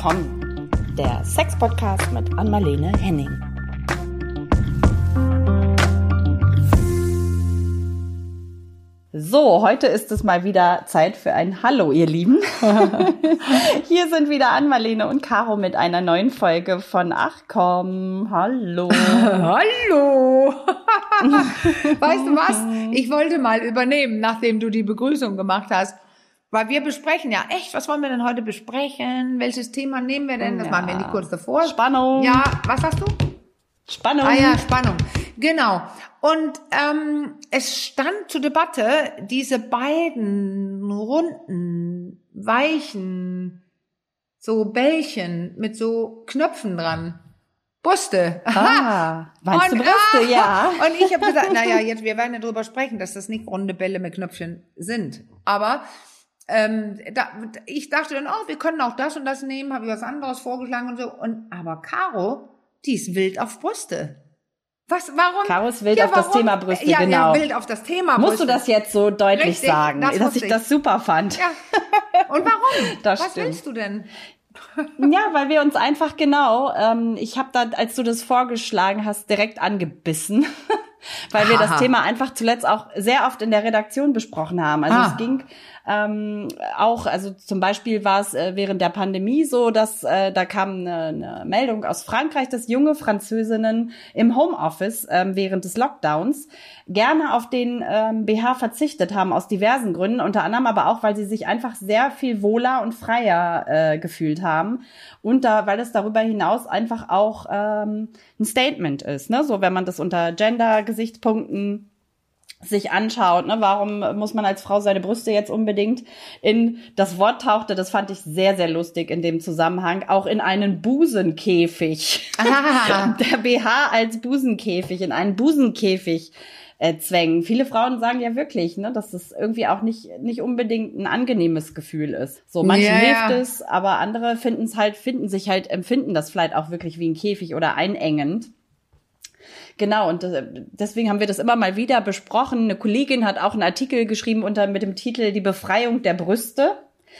willkommen. Der Sex-Podcast mit Anmalene Henning. So, heute ist es mal wieder Zeit für ein Hallo, ihr Lieben. Hier sind wieder Anmalene und Caro mit einer neuen Folge von Ach komm, hallo. Hallo. Weißt du was? Ich wollte mal übernehmen, nachdem du die Begrüßung gemacht hast. Weil wir besprechen ja echt, was wollen wir denn heute besprechen? Welches Thema nehmen wir denn? Das machen wir nicht kurz davor. Spannung. Ja, was hast du? Spannung. Ah ja, Spannung. Genau. Und es stand zur Debatte, diese beiden runden, weichen, so Bällchen mit so Knöpfen dran. Brüste. Meinst du Brüste? Ja. Und ich habe gesagt, naja, jetzt, wir werden ja drüber sprechen, dass das nicht runde Bälle mit Knöpfchen sind. Aber ich dachte dann, wir können auch das und das nehmen, habe ich was anderes vorgeschlagen und so. Aber Caro, die ist wild auf Brüste. Was, warum? Caro ist wild auf das Thema Brüste, genau. Ja, wild auf das Thema Brüste. Musst du das jetzt so deutlich Richtig, sagen, dass ich das super fand? Ja. Und warum? Das was stimmt. willst du denn? Ja, weil wir uns einfach ich habe da, als du das vorgeschlagen hast, direkt angebissen, weil wir das Thema einfach zuletzt auch sehr oft in der Redaktion besprochen haben. Also es ging also zum Beispiel war es während der Pandemie so, dass da kam eine Meldung aus Frankreich, dass junge Französinnen im Homeoffice während des Lockdowns gerne auf den BH verzichtet haben, aus diversen Gründen, unter anderem aber auch, weil sie sich einfach sehr viel wohler und freier gefühlt haben und weil es darüber hinaus einfach auch ein Statement ist, ne? So, wenn man das unter Gender-Gesichtspunkten sich anschaut, ne, warum muss man als Frau seine Brüste jetzt unbedingt in das Wort tauchte, das fand ich sehr, sehr lustig in dem Zusammenhang, auch in einen Busenkäfig. Der BH als Busenkäfig, in einen Busenkäfig zwängen. Viele Frauen sagen ja wirklich, ne, dass das irgendwie auch nicht unbedingt ein angenehmes Gefühl ist. So, manchen hilft es, aber andere empfinden das vielleicht auch wirklich wie ein Käfig oder einengend. Genau, und deswegen haben wir das immer mal wieder besprochen. Eine Kollegin hat auch einen Artikel geschrieben mit dem Titel Die Befreiung der Brüste,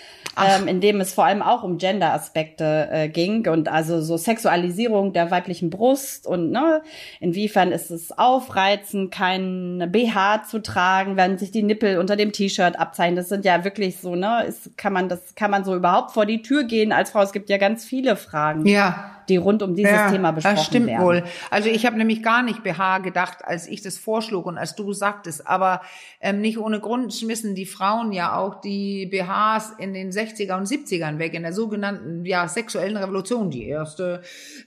in dem es vor allem auch um Gender-Aspekte ging und also so Sexualisierung der weiblichen Brust und ne, inwiefern ist es aufreizend, kein BH zu tragen, wenn sich die Nippel unter dem T-Shirt abzeichnen. Das sind ja wirklich so, ne, kann man so überhaupt vor die Tür gehen als Frau? Es gibt ja ganz viele Fragen. Ja. Die rund um dieses Thema besprochen werden. Das stimmt wohl. Also ich habe nämlich gar nicht BH gedacht, als ich das vorschlug und als du sagtest, aber nicht ohne Grund schmissen die Frauen ja auch die BHs in den 60er und 70ern weg, in der sogenannten sexuellen Revolution, die erste.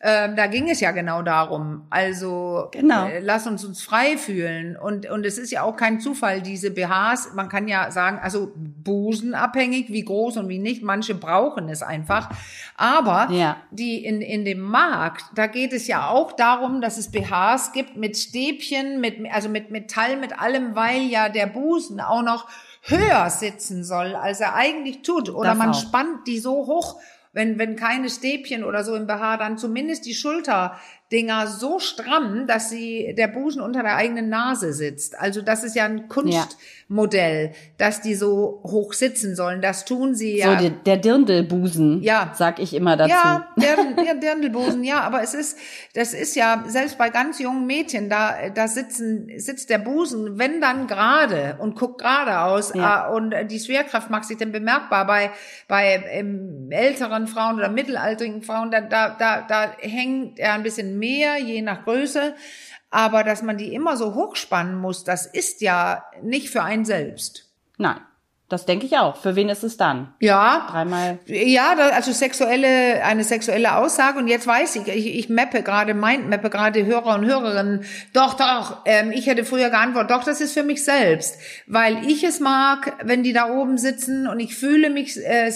Da ging es ja genau darum. Also lass uns frei fühlen. Und es ist ja auch kein Zufall, diese BHs, man kann ja sagen, also busenabhängig, wie groß und wie nicht, manche brauchen es einfach. Aber die in dem Markt, da geht es ja auch darum, dass es BHs gibt mit Stäbchen, mit Metall, mit allem, weil ja der Busen auch noch höher sitzen soll, als er eigentlich tut. Oder man spannt die so hoch, wenn keine Stäbchen oder so im BH, dann zumindest die Schulterdinger so stramm, dass der Busen unter der eigenen Nase sitzt. Also das ist ja ein Kunstmodell, dass die so hoch sitzen sollen. Das tun sie ja. So der Dirndlbusen, sag ich immer dazu. Ja, der Dirndlbusen, ja, aber das ist ja, selbst bei ganz jungen Mädchen, da sitzt der Busen, wenn dann gerade und guckt geradeaus, und die Schwerkraft macht sich dann bemerkbar bei älteren Frauen oder mittelalterigen Frauen, da hängt er ein bisschen mehr, je nach Größe. Aber dass man die immer so hochspannen muss, das ist ja nicht für einen selbst. Nein. Das denke ich auch. Für wen ist es dann? Ja. Dreimal. Ja, also eine sexuelle Aussage. Und jetzt weiß ich mappe gerade Hörer und Hörerinnen. Doch, ich hätte früher geantwortet, doch, das ist für mich selbst. Weil ich es mag, wenn die da oben sitzen und ich fühle mich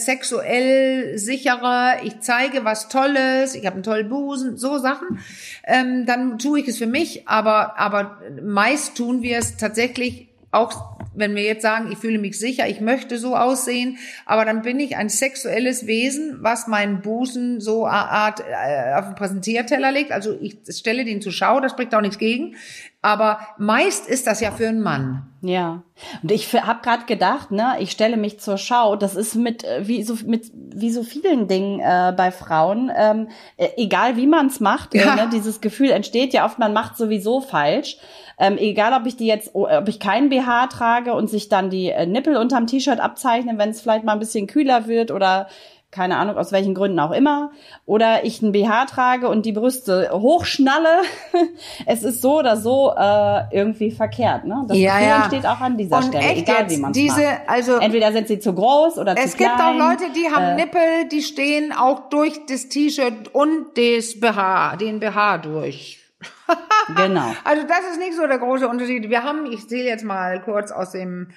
sexuell sicherer, ich zeige was Tolles, ich habe einen tollen Busen, so Sachen. Dann tue ich es für mich. Aber meist tun wir es tatsächlich auch, wenn wir jetzt sagen, ich fühle mich sicher, ich möchte so aussehen, aber dann bin ich ein sexuelles Wesen, was meinen Busen so auf den Präsentierteller legt. Also ich stelle den zur Schau, da spricht auch nichts gegen. Aber meist ist das ja für einen Mann. Ja, und ich habe gerade gedacht, ne, ich stelle mich zur Schau. Das ist wie so vielen Dingen bei Frauen, egal wie man es macht, ne, dieses Gefühl entsteht ja oft, man macht sowieso falsch. Egal, ob ich keinen BH trage und sich dann die Nippel unterm T-Shirt abzeichnen, wenn es vielleicht mal ein bisschen kühler wird oder keine Ahnung, aus welchen Gründen auch immer, oder ich einen BH trage und die Brüste hochschnalle. Es ist so oder so irgendwie verkehrt, ne? Das Gefühl entsteht auch an dieser Stelle, egal wie man es macht. Also entweder sind sie zu groß oder zu klein. Es gibt auch Leute, die haben Nippel, die stehen auch durch das T-Shirt und den BH durch. Genau. Also das ist nicht so der große Unterschied. Ich zähle jetzt mal kurz aus dem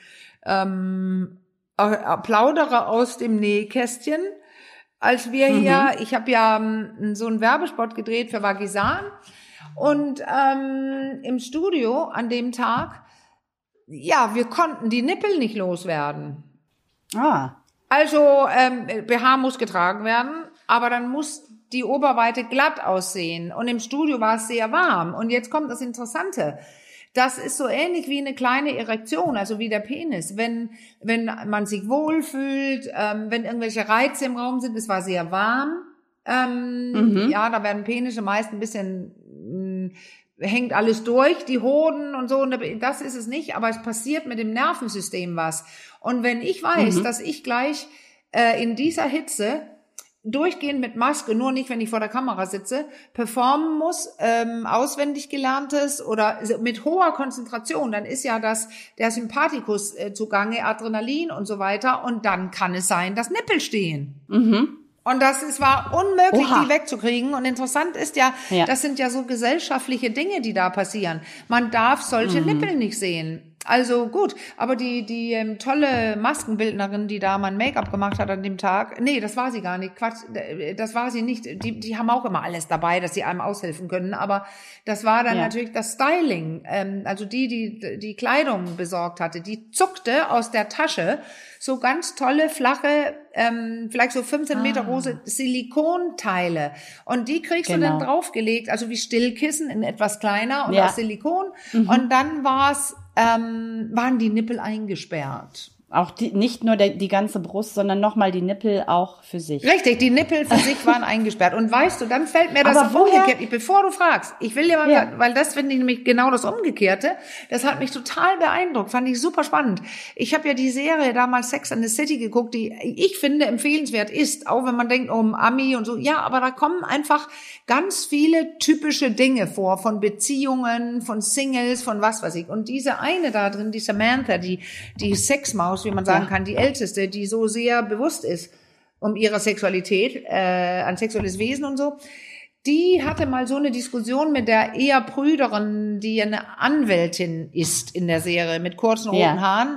plaudere aus dem Nähkästchen. Als wir hier, ich habe ja so einen Werbespot gedreht für Vagisan und im Studio an dem Tag, wir konnten die Nippel nicht loswerden. Also BH muss getragen werden, aber dann muss die Oberweite glatt aussehen und im Studio war es sehr warm. Und jetzt kommt das Interessante. Das ist so ähnlich wie eine kleine Erektion, also wie der Penis. Wenn man sich wohlfühlt, wenn irgendwelche Reize im Raum sind, es war sehr warm. Ja, da werden Penisse meist ein bisschen, hängt alles durch, die Hoden und so. Und das ist es nicht, aber es passiert mit dem Nervensystem was. Und wenn ich weiß, dass ich gleich in dieser Hitze durchgehend mit Maske, nur nicht, wenn ich vor der Kamera sitze, performen muss, auswendig Gelerntes oder mit hoher Konzentration, dann ist ja der Sympathikus zugange, Adrenalin und so weiter und dann kann es sein, dass Nippel stehen. Und war unmöglich, die wegzukriegen. Und interessant ist das sind ja so gesellschaftliche Dinge, die da passieren. Man darf solche Nippel nicht sehen. Also gut, aber die tolle Maskenbildnerin, die da mein Make-up gemacht hat an dem Tag, nee, das war sie gar nicht, Quatsch, das war sie nicht. Die haben auch immer alles dabei, dass sie einem aushelfen können, aber das war dann natürlich das Styling. Also die Kleidung besorgt hatte, die zuckte aus der Tasche so ganz tolle, flache, vielleicht so 5 Zentimeter große Silikonteile. Und die kriegst du dann draufgelegt, also wie Stillkissen in etwas kleiner und aus Silikon. Und dann waren die Nippel eingesperrt. Auch nicht nur die ganze Brust, sondern nochmal die Nippel auch für sich. Richtig, die Nippel für sich waren eingesperrt. Und weißt du, dann fällt mir das umgekehrt. Bevor du fragst, ich will dir mal sagen, weil das finde ich nämlich genau das Umgekehrte. Das hat mich total beeindruckt, fand ich super spannend. Ich habe ja die Serie damals Sex and the City geguckt, die ich finde empfehlenswert ist, auch wenn man denkt, Ami und so. Ja, aber da kommen einfach ganz viele typische Dinge vor, von Beziehungen, von Singles, von was weiß ich. Und diese eine da drin, die Samantha, die Sexmaus, wie man sagen kann, die Älteste, die so sehr bewusst ist um ihre Sexualität, an sexuelles Wesen und so, die hatte mal so eine Diskussion mit der eher prüderen, die eine Anwältin ist in der Serie, mit kurzen roten Haaren.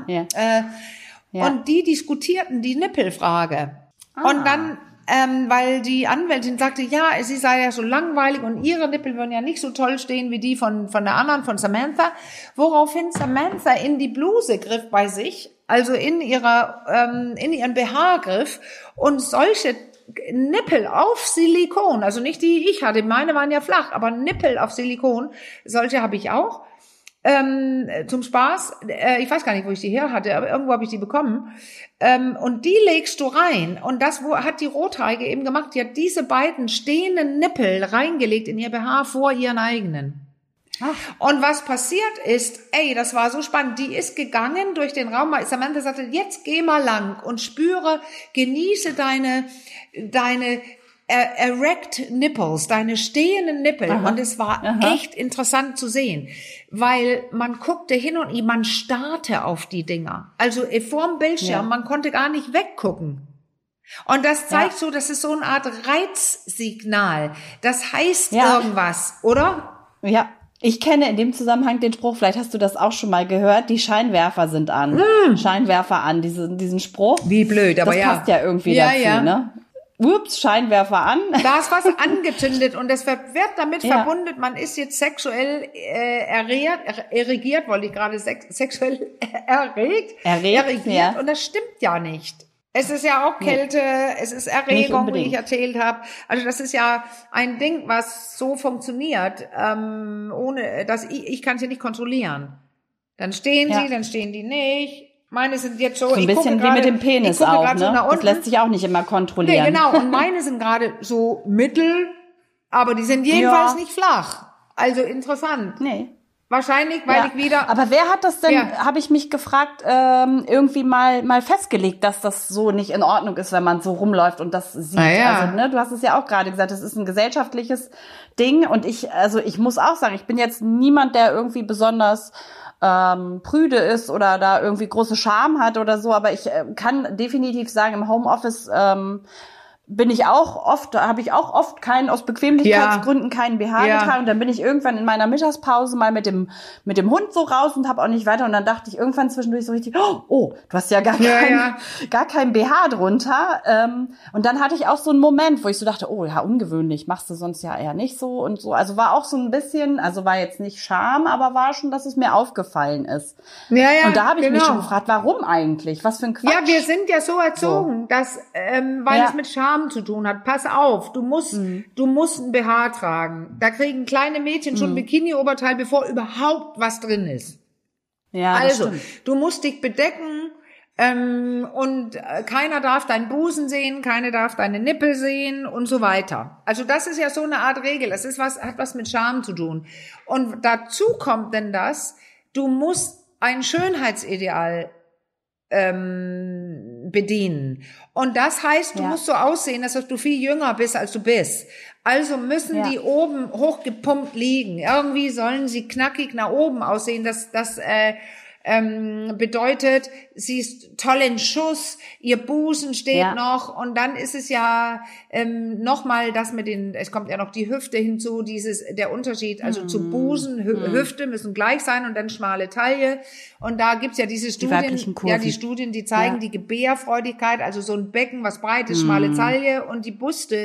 Und die diskutierten die Nippelfrage. Und dann weil die Anwältin sagte, sie sei ja so langweilig und ihre Nippel würden ja nicht so toll stehen wie die von der anderen, von Samantha, woraufhin Samantha in die Bluse griff bei sich, also in ihren BH griff und solche Nippel auf Silikon, also nicht die ich hatte, meine waren ja flach, aber Nippel auf Silikon, solche habe ich auch. Zum Spaß, ich weiß gar nicht, wo ich die her hatte, aber irgendwo habe ich die bekommen. Und die legst du rein. Und das hat die Rothaarige eben gemacht. Die hat diese beiden stehenden Nippel reingelegt in ihr BH vor ihren eigenen. Und was passiert ist, das war so spannend. Die ist gegangen durch den Raum. Samantha sagte, jetzt geh mal lang und genieße deine erect Nipples, deine stehenden Nippel. Und es war echt interessant zu sehen, weil man guckte hin und man starrte auf die Dinger. Also vorm Bildschirm, man konnte gar nicht weggucken. Und das zeigt so, das ist so eine Art Reizsignal. Das heißt irgendwas, oder? Ja. Ich kenne in dem Zusammenhang den Spruch, vielleicht hast du das auch schon mal gehört, die Scheinwerfer sind an. Scheinwerfer an, diesen Spruch. Wie blöd, aber das passt ja irgendwie dazu, ne? Ups, Scheinwerfer an. Da ist was angezündet und das wird damit verbunden, man ist jetzt sexuell erregiert, wollte ich gerade sexuell erregiert und das stimmt ja nicht. Es ist ja auch Kälte, es ist Erregung, wie ich erzählt habe. Also das ist ja ein Ding, was so funktioniert, ohne dass ich kann sie nicht kontrollieren. Dann stehen sie, dann stehen die nicht. Meine sind jetzt so ein bisschen wie mit dem Penis auch, ne? So das lässt sich auch nicht immer kontrollieren. Nee, genau. Und meine sind gerade so mittel, aber die sind jedenfalls nicht flach. Also interessant. Nee. Wahrscheinlich, weil ich wieder... Aber wer hat das denn, habe ich mich gefragt, irgendwie mal festgelegt, dass das so nicht in Ordnung ist, wenn man so rumläuft und das sieht. Also, ne, du hast es ja auch gerade gesagt, das ist ein gesellschaftliches Ding und ich muss auch sagen, ich bin jetzt niemand, der irgendwie besonders prüde ist oder da irgendwie große Scham hat oder so, aber ich kann definitiv sagen, im Homeoffice habe ich auch oft aus Bequemlichkeitsgründen keinen BH getragen und dann bin ich irgendwann in meiner Mittagspause mal mit dem Hund so raus und habe auch nicht weiter und dann dachte ich irgendwann zwischendurch so richtig, oh, du hast ja gar kein BH drunter und dann hatte ich auch so einen Moment, wo ich so dachte, oh ja, ungewöhnlich, machst du sonst ja eher nicht so und so, also war auch so ein bisschen, also war jetzt nicht Scham, aber war schon, dass es mir aufgefallen ist. Und da habe ich mich schon gefragt, warum eigentlich? Was für ein Quatsch. Ja, wir sind ja so erzogen, dass weil es mit Scham zu tun hat. Pass auf, du musst ein BH tragen. Da kriegen kleine Mädchen schon ein Bikini-Oberteil, bevor überhaupt was drin ist. Ja, also, du musst dich bedecken und keiner darf deinen Busen sehen, keiner darf deine Nippel sehen und so weiter. Also das ist ja so eine Art Regel. Das ist hat was mit Scham zu tun. Und dazu kommt denn du musst ein Schönheitsideal bedienen. Und das heißt, du musst so aussehen, dass du viel jünger bist, als du bist. Also müssen die oben hochgepumpt liegen. Irgendwie sollen sie knackig nach oben aussehen. Das bedeutet, sie ist toll in Schuss, ihr Busen steht noch und dann ist es ja nochmal das es kommt ja noch die Hüfte hinzu, der Unterschied, also zu Busen, Hüfte müssen gleich sein und dann schmale Taille und da gibt's ja diese Studien, die Studien, die zeigen die Gebärfreudigkeit, also so ein Becken, was breit ist, schmale Taille und die Buste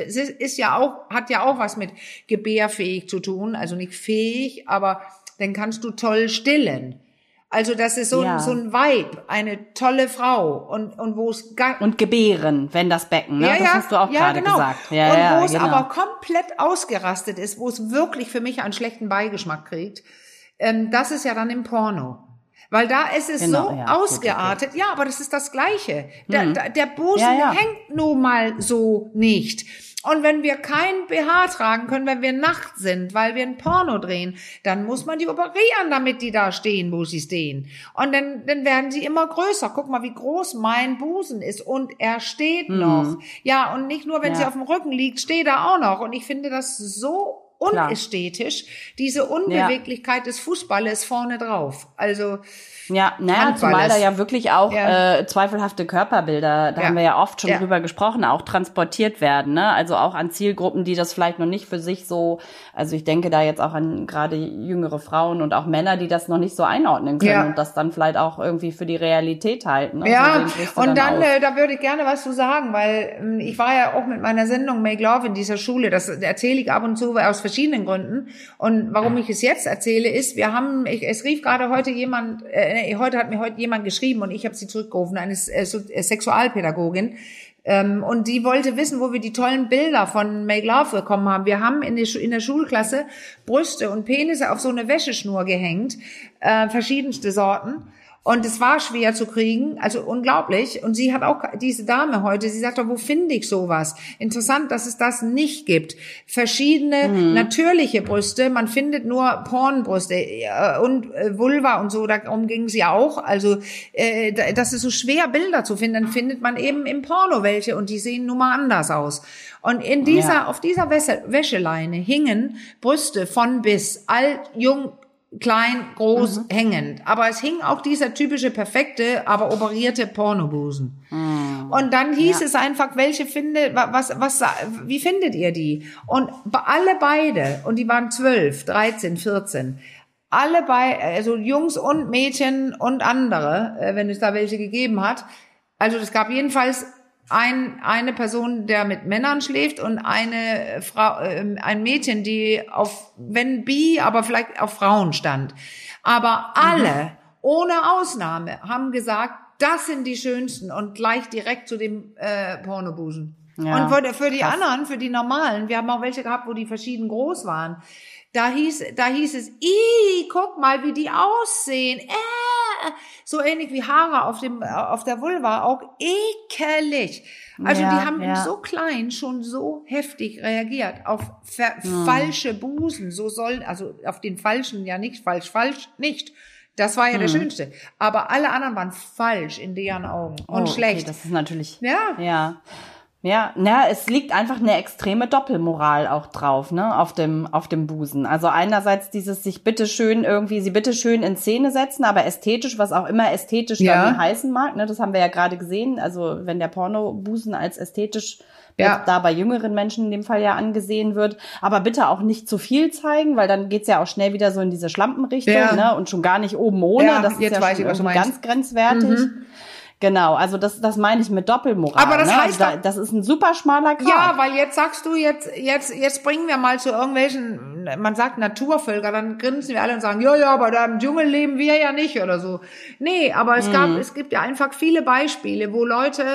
hat ja auch was mit gebärfähig zu tun, also nicht fähig, aber dann kannst du toll stillen. Also das ist so ein Vibe, eine tolle Frau und wo es und gebären, wenn das Becken, ne? Das hast du auch gerade gesagt. Und wo es aber komplett ausgerastet ist, wo es wirklich für mich einen schlechten Beigeschmack kriegt, das ist ja dann im Porno. Weil da ist es so ausgeartet. Okay. Ja, aber das ist das Gleiche. Der Busen hängt nun mal so nicht. Und wenn wir kein BH tragen können, wenn wir nackt sind, weil wir ein Porno drehen, dann muss man die operieren, damit die da stehen, wo sie stehen. Und dann werden sie immer größer. Guck mal, wie groß mein Busen ist. Und er steht noch. Ja, und nicht nur, wenn sie auf dem Rücken liegt, steht er auch noch. Und ich finde das so unästhetisch, diese Unbeweglichkeit des Fußballes vorne drauf. Also zumal da ja wirklich auch zweifelhafte Körperbilder, da haben wir ja oft schon drüber gesprochen, auch transportiert werden, ne? Also auch an Zielgruppen, die das vielleicht noch nicht für sich so, also ich denke da jetzt auch an gerade jüngere Frauen und auch Männer, die das noch nicht so einordnen können und das dann vielleicht auch irgendwie für die Realität halten. Ne? Ja, so und dann da würde ich gerne was zu sagen, weil ich war ja auch mit meiner Sendung Make Love in dieser Schule, das erzähle ich ab und zu aus verschiedenen Gründen und warum ich es jetzt erzähle ist, es rief gerade heute hat mir heute jemand geschrieben und ich habe sie zurückgerufen, eine Sexualpädagogin. Und die wollte wissen, wo wir die tollen Bilder von Make Love bekommen haben. Wir haben in der Schulklasse Brüste und Penisse auf so eine Wäscheschnur gehängt, verschiedenste Sorten. Und es war schwer zu kriegen, also unglaublich. Und sie hat auch, diese Dame heute, sie sagt doch, wo finde ich sowas? Interessant, dass es das nicht gibt. Verschiedene natürliche Brüste, man findet nur Pornbrüste und Vulva und so, darum ging sie auch. Also das ist so schwer, Bilder zu finden, dann findet man eben im Porno welche und die sehen nun mal anders aus. Und auf dieser Wäscheleine hingen Brüste von bis, alt, jung, klein, groß, hängend. Aber es hing auch dieser typische perfekte, aber operierte Pornobusen. Und dann hieß es einfach, wie findet ihr die? Und beide, und die waren 12, 13, 14, also Jungs und Mädchen und andere, wenn es da welche gegeben hat. Also es gab jedenfalls eine Person, der mit Männern schläft und eine Frau, ein Mädchen, die aber vielleicht auf Frauen stand. Aber alle, ohne Ausnahme, haben gesagt, das sind die schönsten und gleich direkt zu dem Pornobusen. Ja, und für die anderen, für die normalen, wir haben auch welche gehabt, wo die verschieden groß waren. Da hieß es, guck mal, wie die aussehen. So ähnlich wie Haare auf der Vulva, auch ekelig. Also die haben so klein schon so heftig reagiert auf falsche Busen. Also auf den falschen ja nicht, falsch nicht. Das war ja der Schönste. Aber alle anderen waren falsch in deren Augen und schlecht. Okay, das ist natürlich. Ja. Ja, es liegt einfach eine extreme Doppelmoral auch drauf, ne, auf dem Busen. Also einerseits dieses sie bitteschön in Szene setzen, aber ästhetisch, was auch immer ästhetisch dann heißen mag, ne, das haben wir ja gerade gesehen. Also wenn der Pornobusen als ästhetisch jetzt da bei jüngeren Menschen in dem Fall ja angesehen wird, aber bitte auch nicht zu viel zeigen, weil dann geht's ja auch schnell wieder so in diese Schlampenrichtung, ne, und schon gar nicht oben ohne, das ist ja schon ganz grenzwertig. Genau, also das meine ich mit Doppelmoral. Aber das heißt doch, das ist ein super schmaler Grat. Ja, weil jetzt sagst du, jetzt bringen wir mal zu irgendwelchen, man sagt Naturvölker, dann grinsen wir alle und sagen, ja, aber da im Dschungel leben wir ja nicht oder so. Nee, aber es gibt ja einfach viele Beispiele, wo Leute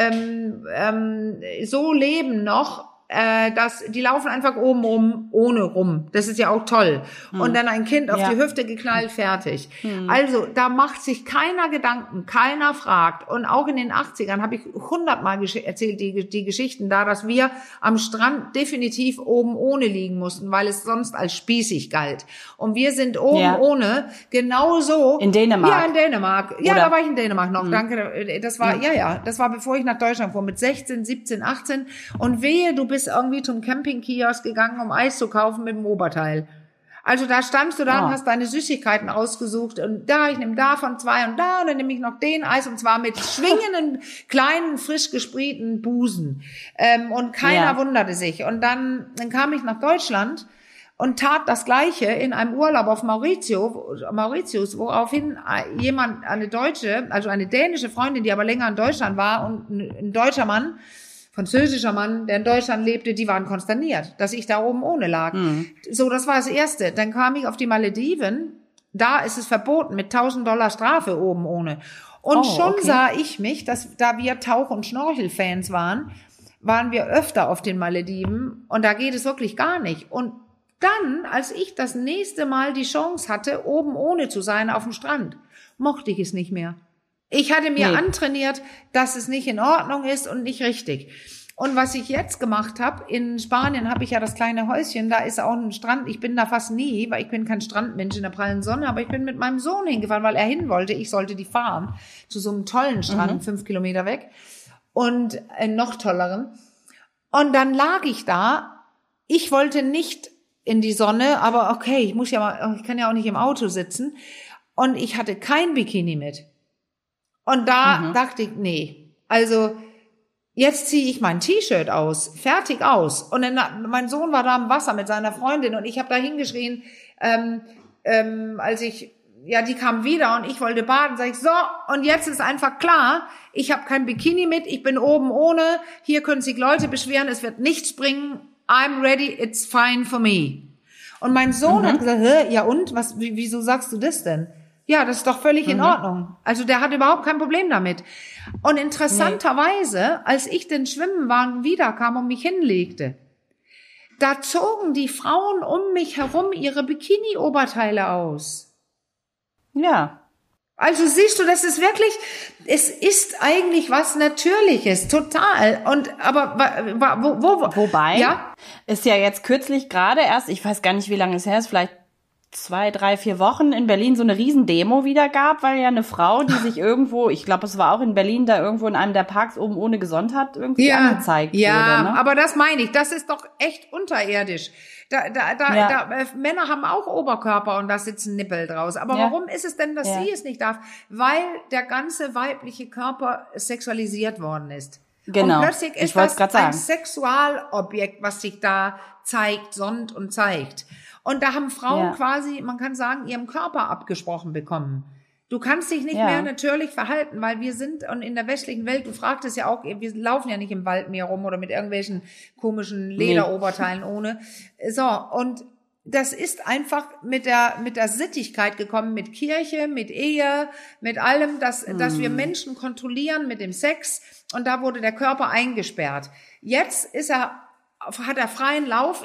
so leben noch, dass die laufen einfach oben rum, ohne rum. Das ist ja auch toll. Und dann ein Kind auf die Hüfte geknallt, fertig. Also da macht sich keiner Gedanken, keiner fragt. Und auch in den 80ern habe ich 100-mal erzählt, die Geschichten da, dass wir am Strand definitiv oben ohne liegen mussten, weil es sonst als spießig galt. Und wir sind oben ohne genauso. In Dänemark? Ja, in Dänemark. Ja, da war ich in Dänemark noch. Danke. Das war, das war bevor ich nach Deutschland fuhr, mit 16, 17, 18. Und wehe, du bist irgendwie zum Campingkiosk gegangen, um Eis zu kaufen mit dem Oberteil. Also da standst du da und hast deine Süßigkeiten ausgesucht und ich nehme davon 2 und da und dann nehme ich noch den Eis und zwar mit schwingenden, kleinen, frisch gesprieten Busen. Und keiner wunderte sich. Und dann kam ich nach Deutschland und tat das Gleiche in einem Urlaub auf Mauritius, woraufhin eine dänische Freundin, die aber länger in Deutschland war und ein deutscher Mann, französischer Mann, der in Deutschland lebte, die waren konsterniert, dass ich da oben ohne lag. So, das war das Erste. Dann kam ich auf die Malediven. Da ist es verboten mit $1.000 Strafe oben ohne. Und sah ich mich, dass da wir Tauch- und Schnorchelfans waren wir öfter auf den Malediven. Und da geht es wirklich gar nicht. Und dann, als ich das nächste Mal die Chance hatte, oben ohne zu sein auf dem Strand, mochte ich es nicht mehr. Ich hatte mir antrainiert, dass es nicht in Ordnung ist und nicht richtig. Und was ich jetzt gemacht habe, in Spanien habe ich ja das kleine Häuschen, da ist auch ein Strand. Ich bin da fast nie, weil ich bin kein Strandmensch in der prallen Sonne, aber ich bin mit meinem Sohn hingefahren, weil er hin wollte. Ich sollte die fahren zu so einem tollen Strand, 5 Kilometer weg und noch tolleren. Und dann lag ich da. Ich wollte nicht in die Sonne, aber okay, ich kann ja auch nicht im Auto sitzen. Und ich hatte kein Bikini mit. Und da dachte ich, nee, also jetzt ziehe ich mein T-Shirt aus, fertig aus. Und dann, mein Sohn war da im Wasser mit seiner Freundin und ich habe da hingeschrien, die kam wieder und ich wollte baden, sag ich, so, und jetzt ist einfach klar, ich habe kein Bikini mit, ich bin oben ohne, hier können sich Leute beschweren, es wird nichts bringen, I'm ready, it's fine for me. Und mein Sohn hat gesagt, ja und, wieso sagst du das denn? Ja, das ist doch völlig in Ordnung. Also der hat überhaupt kein Problem damit. Und interessanterweise, als ich den Schwimmen war und wiederkam und mich hinlegte, da zogen die Frauen um mich herum ihre Bikini-Oberteile aus. Ja. Also siehst du, das ist wirklich, es ist eigentlich was Natürliches, total. Wobei, ist ja jetzt kürzlich gerade erst, ich weiß gar nicht, wie lange es her ist, vielleicht 2, 3, 4 Wochen in Berlin so eine Riesendemo wieder gab, weil ja eine Frau, die sich irgendwo, ich glaube, es war auch in Berlin, da irgendwo in einem der Parks oben ohne gesonnt hat, irgendwie angezeigt wurde. Ja, ne? Aber das meine ich, das ist doch echt unterirdisch. Männer haben auch Oberkörper und da sitzen Nippel draus. Aber warum ist es denn, dass sie es nicht darf? Weil der ganze weibliche Körper sexualisiert worden ist. Genau. Und plötzlich ist das ein Sexualobjekt, was sich da zeigt, sonnt und zeigt. Und da haben Frauen quasi, man kann sagen, ihrem Körper abgesprochen bekommen. Du kannst dich nicht mehr natürlich verhalten, weil wir sind, und in der westlichen Welt, du fragtest ja auch, wir laufen ja nicht im Wald mehr rum oder mit irgendwelchen komischen Lederoberteilen ohne. So, und das ist einfach mit der Sittigkeit gekommen, mit Kirche, mit Ehe, mit allem, dass wir Menschen kontrollieren mit dem Sex, und da wurde der Körper eingesperrt. Jetzt hat er freien Lauf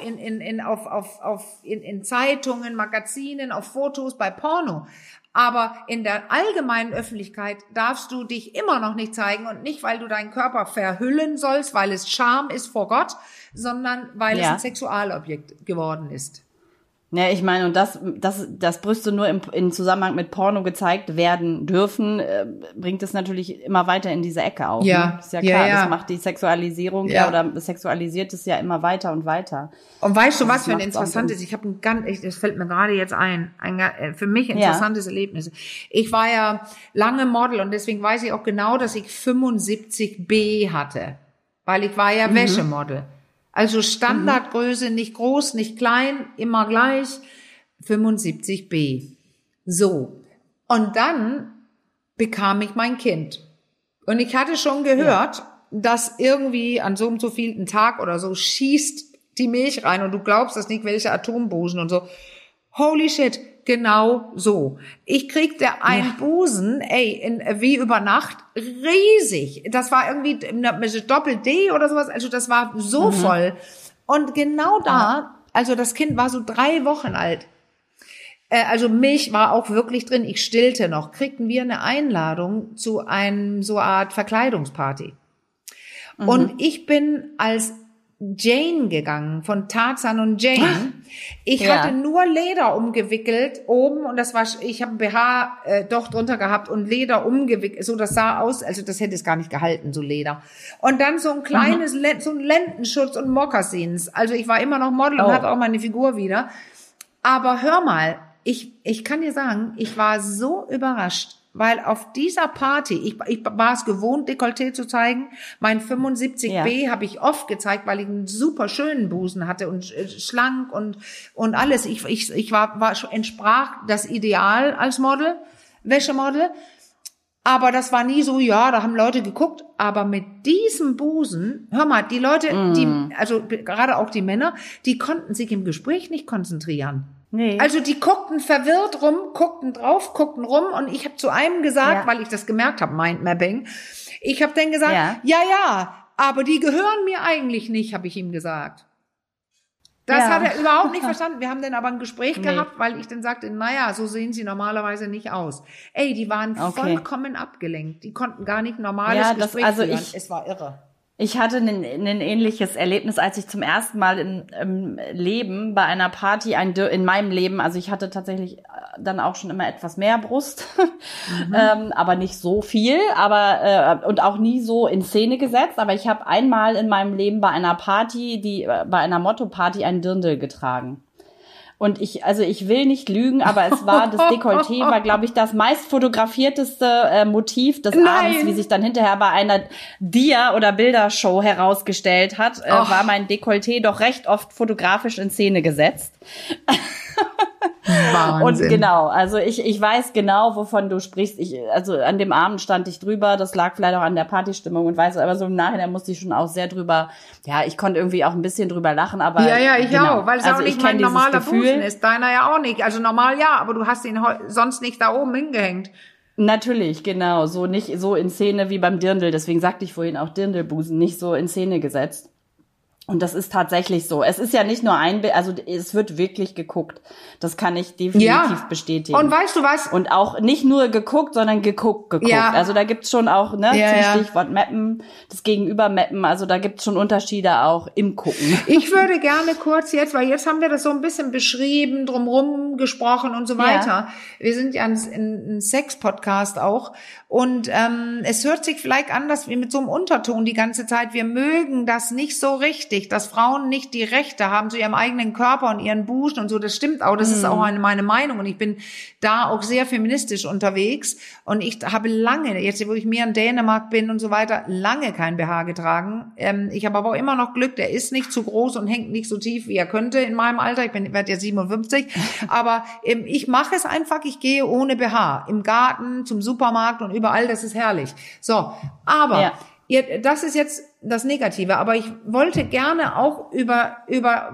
in Zeitungen, Magazinen, auf Fotos, bei Porno. Aber in der allgemeinen Öffentlichkeit darfst du dich immer noch nicht zeigen, und nicht, weil du deinen Körper verhüllen sollst, weil es Scham ist vor Gott, sondern weil es ein Sexualobjekt geworden ist. Ja, ich meine, und dass Brüste nur im Zusammenhang mit Porno gezeigt werden dürfen, bringt es natürlich immer weiter in diese Ecke auch. Ja. Ne? Das ist ja klar, das macht die Sexualisierung oder sexualisiert es ja immer weiter und weiter. Und weißt du, was für ein interessantes, ich habe das fällt mir gerade jetzt ein für mich interessantes Erlebnis. Ich war ja lange Model, und deswegen weiß ich auch genau, dass ich 75B hatte, weil ich war ja Wäschemodel. Also Standardgröße, nicht groß, nicht klein, immer gleich, 75B. So. Und dann bekam ich mein Kind. Und ich hatte schon gehört, dass irgendwie an so und so vielen Tag oder so schießt die Milch rein, und du glaubst das nicht, welche Atombusen und so. Holy shit, genau so. Ich kriegte einen Busen, wie über Nacht, riesig. Das war irgendwie Doppel-D oder sowas, also das war so voll. Und genau da, also das Kind war so 3 Wochen alt. Also Milch war auch wirklich drin, ich stillte noch, kriegten wir eine Einladung zu einem so Art Verkleidungsparty. Und ich bin als Jane gegangen, von Tarzan und Jane. Ich hatte nur Leder umgewickelt oben, und ich habe ein BH doch drunter gehabt und Leder umgewickelt, so das sah aus, also das hätte es gar nicht gehalten, so Leder. Und dann so ein kleines, so ein Lendenschutz und Mokassins. Also ich war immer noch Model und hatte auch meine Figur wieder. Aber hör mal, ich kann dir sagen, ich war so überrascht, weil auf dieser Party, ich war es gewohnt, Dekolleté zu zeigen. Mein 75B habe ich oft gezeigt, weil ich einen super schönen Busen hatte und schlank und alles. Entsprach das Ideal als Model, Wäschemodel. Aber das war nie so, da haben Leute geguckt. Aber mit diesem Busen, hör mal, die Leute, also gerade auch die Männer, die konnten sich im Gespräch nicht konzentrieren. Nee. Also die guckten verwirrt rum, guckten drauf, guckten rum, und ich habe zu einem gesagt, weil ich das gemerkt habe, Mindmapping, ich habe dann gesagt, aber die gehören mir eigentlich nicht, habe ich ihm gesagt. Das hat er überhaupt nicht verstanden. Wir haben dann aber ein Gespräch gehabt, weil ich dann sagte, so sehen sie normalerweise nicht aus. Die waren vollkommen abgelenkt. Die konnten gar nicht normales Gespräch führen. Es war irre. Ich hatte ein ähnliches Erlebnis, als ich zum ersten Mal im Leben bei einer Party in meinem Leben, also ich hatte tatsächlich dann auch schon immer etwas mehr Brust, aber nicht so viel, und auch nie so in Szene gesetzt, aber ich habe einmal in meinem Leben bei einer Party, bei einer Motto-Party, ein Dirndl getragen. Und ich will nicht lügen, aber das Dekolleté war, glaube ich, das meist fotografierteste Motiv des Abends, wie sich dann hinterher bei einer Dia- oder Bildershow herausgestellt hat, war mein Dekolleté doch recht oft fotografisch in Szene gesetzt. Wahnsinn. Und genau, also ich weiß genau, wovon du sprichst. Also an dem Abend stand ich drüber, das lag vielleicht auch an der Partystimmung und weiß, aber so im Nachhinein musste ich schon auch sehr drüber, ich konnte irgendwie auch ein bisschen drüber lachen, aber. Ja, ich auch, weil es auch nicht mein normaler Busen ist, deiner ja auch nicht. Also normal aber du hast ihn sonst nicht da oben hingehängt. Natürlich, genau, so nicht so in Szene wie beim Dirndl, deswegen sagte ich vorhin auch Dirndlbusen, nicht so in Szene gesetzt. Und das ist tatsächlich so. Es ist ja nicht nur ein Bild, also es wird wirklich geguckt. Das kann ich definitiv bestätigen. Und weißt du was? Und auch nicht nur geguckt, sondern geguckt. Ja. Also da gibt's schon auch, zum Stichwort Mappen, das Gegenüber Mappen, also da gibt's schon Unterschiede auch im Gucken. Ich würde gerne kurz jetzt, weil jetzt haben wir das so ein bisschen beschrieben, drumherum gesprochen und so weiter. Ja. Wir sind ja ein Sex-Podcast auch. Und es hört sich vielleicht anders wie mit so einem Unterton die ganze Zeit. Wir mögen das nicht so richtig, dass Frauen nicht die Rechte haben zu ihrem eigenen Körper und ihren Busen und so. Das stimmt auch, das ist auch meine Meinung. Und ich bin da auch sehr feministisch unterwegs. Und ich habe lange, jetzt wo ich mehr in Dänemark bin und so weiter, lange kein BH getragen. Ich habe aber auch immer noch Glück, der ist nicht zu groß und hängt nicht so tief, wie er könnte in meinem Alter. Ich werde ja 57. Aber ich mache es einfach, ich gehe ohne BH. Im Garten, zum Supermarkt und überall, das ist herrlich. So, aber das ist jetzt das Negative, aber ich wollte gerne auch über was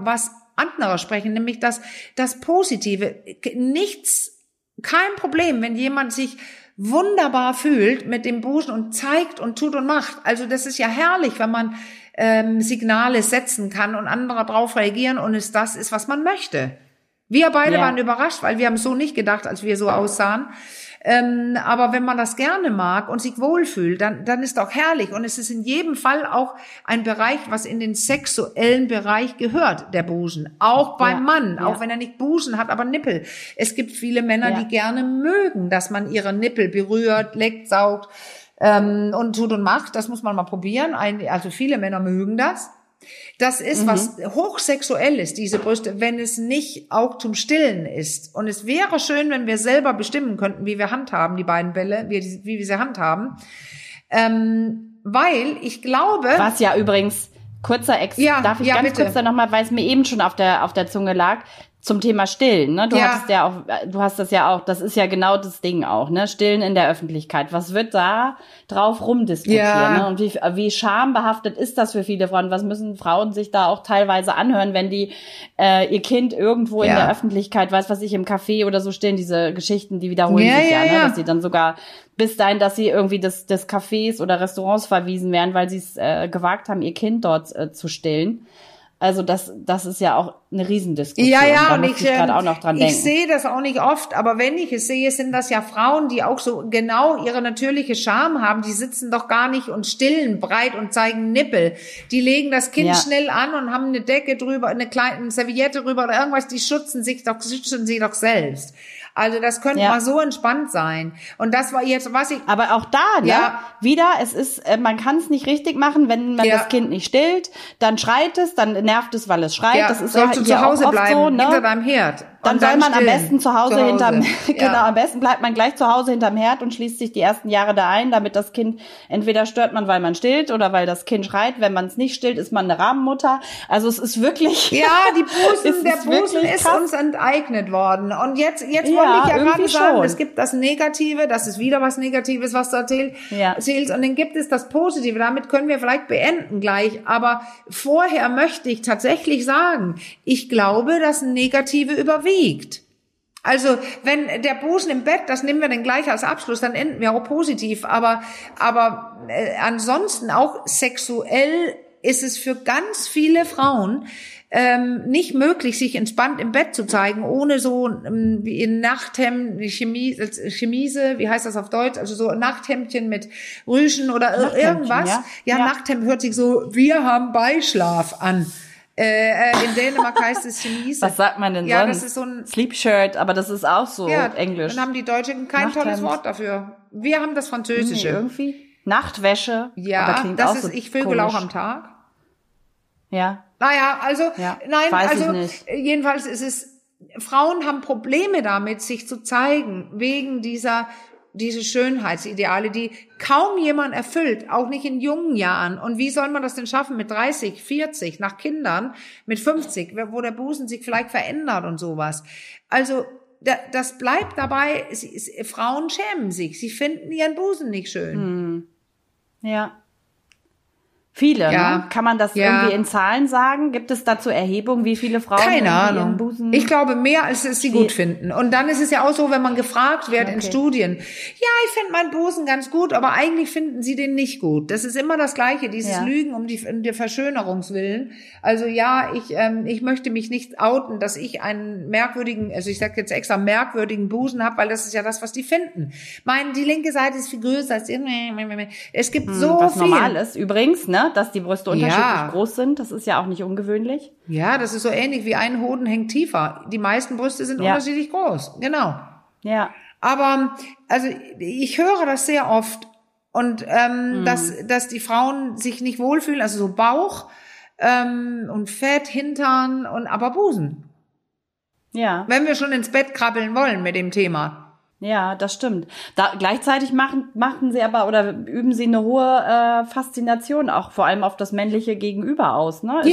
anderes sprechen, nämlich das Positive. Kein Problem, wenn jemand sich wunderbar fühlt mit dem Busen und zeigt und tut und macht. Also das ist ja herrlich, wenn man Signale setzen kann und andere darauf reagieren und es das ist, was man möchte. Wir beide waren überrascht, weil wir haben so nicht gedacht, als wir so aussahen. Aber wenn man das gerne mag und sich wohlfühlt, dann ist doch herrlich. Und es ist in jedem Fall auch ein Bereich, was in den sexuellen Bereich gehört, der Busen. Auch beim Mann, auch wenn er nicht Busen hat, aber Nippel. Es gibt viele Männer, die gerne mögen, dass man ihre Nippel berührt, leckt, saugt und tut und macht. Das muss man mal probieren. Also viele Männer mögen das. Das ist was hochsexuelles, diese Brüste, wenn es nicht auch zum Stillen ist. Und es wäre schön, wenn wir selber bestimmen könnten, wie wir handhaben, die beiden Bälle, wie wir sie handhaben. Weil ich glaube... Was ja übrigens, darf ich ganz kurz da nochmal, weil es mir eben schon auf der Zunge lag, zum Thema Stillen, ne? Du hast das ja auch, das ist ja genau das Ding auch, ne? Stillen in der Öffentlichkeit. Was wird da drauf rumdiskutieren, ne? Und wie schambehaftet ist das für viele Frauen? Was müssen Frauen sich da auch teilweise anhören, wenn die ihr Kind irgendwo in der Öffentlichkeit, weiß was ich, im Café oder so stillen, diese Geschichten, die wiederholen sich ne? Dass sie dann sogar bis dahin, dass sie irgendwie des Cafés oder Restaurants verwiesen werden, weil sie es gewagt haben, ihr Kind dort zu stillen. Also das ist ja auch eine Riesendiskussion. Ja, und ich sehe das auch nicht oft, aber wenn ich es sehe, sind das ja Frauen, die auch so genau ihre natürliche Scham haben. Die sitzen doch gar nicht und stillen breit und zeigen Nippel. Die legen das Kind schnell an und haben eine Decke drüber, eine kleine Serviette drüber oder irgendwas. Die schützen sie doch selbst. Also das könnte mal so entspannt sein. Und das war jetzt, was ich... Aber auch da, ne? Wieder, es ist, man kann es nicht richtig machen, wenn man das Kind nicht stillt, dann schreit es, dann nervt es, weil es schreit. Ja, das ist sollst du zu Hause bleiben, so, ne? hinter deinem Herd. Dann soll man am besten zu Hause am besten bleibt man gleich zu Hause hinterm Herd und schließt sich die ersten Jahre da ein, damit das Kind, entweder stört man, weil man stillt oder weil das Kind schreit. Wenn man es nicht stillt, ist man eine Rahmenmutter. Also es ist wirklich... Ja, der Busen ist uns enteignet worden. Und jetzt wollte ich ja gerade sagen, es gibt das Negative, das ist wieder was Negatives, was du erzählst. Und dann gibt es das Positive. Damit können wir vielleicht beenden gleich. Aber vorher möchte ich tatsächlich sagen, ich glaube, das Negative überwiegt. Also, wenn der Busen im Bett, das nehmen wir dann gleich als Abschluss, dann enden wir auch positiv. Aber ansonsten auch sexuell ist es für ganz viele Frauen nicht möglich, sich entspannt im Bett zu zeigen, ohne so wie in Nachthemd, Chemise, wie heißt das auf Deutsch? Also so Nachthemdchen mit Rüschen oder irgendwas. Ja, Nachthemd hört sich so, wir haben Beischlaf an. In Dänemark heißt es Chemise. Was sagt man denn sonst? Ja, das ist so ein Sleep-Shirt, aber das ist auch so Englisch. Dann haben die Deutschen kein tolles Wort dafür. Wir haben das Französische. Nee, irgendwie. Nachtwäsche. Ja, aber klingt das auch ist, so ich vögel komisch. auch am Tag. Ja. Naja, also, weiß ich nicht. Jedenfalls ist es, Frauen haben Probleme damit, sich zu zeigen, wegen diese Schönheitsideale, die kaum jemand erfüllt, auch nicht in jungen Jahren. Und wie soll man das denn schaffen mit 30, 40, nach Kindern, mit 50, wo der Busen sich vielleicht verändert und sowas. Also, das bleibt dabei, Frauen schämen sich, sie finden ihren Busen nicht schön. Ja. Viele, ne? Kann man das irgendwie in Zahlen sagen? Gibt es dazu Erhebungen, wie viele Frauen ihren Busen... Ich glaube, mehr als es sie gut finden. Und dann ist es ja auch so, wenn man gefragt wird in Studien, ja, ich finde meinen Busen ganz gut, aber eigentlich finden sie den nicht gut. Das ist immer das Gleiche, dieses Lügen um die Verschönerungswillen. Also ich möchte mich nicht outen, dass ich einen merkwürdigen, also ich sage jetzt extra merkwürdigen Busen habe, weil das ist ja das, was die finden. Die linke Seite ist viel größer als die... Es gibt so was viel. Normal ist übrigens, ne? Dass die Brüste unterschiedlich groß sind. Das ist ja auch nicht ungewöhnlich. Ja, das ist so ähnlich wie ein Hoden hängt tiefer. Die meisten Brüste sind unterschiedlich groß. Genau. Ja. Aber also ich höre das sehr oft und dass die Frauen sich nicht wohlfühlen, also so Bauch und Fett, Hintern und aber Busen. Ja. Wenn wir schon ins Bett krabbeln wollen mit dem Thema. Ja, das stimmt. Gleichzeitig machen sie aber oder üben sie eine hohe Faszination auch vor allem auf das männliche Gegenüber aus, ne?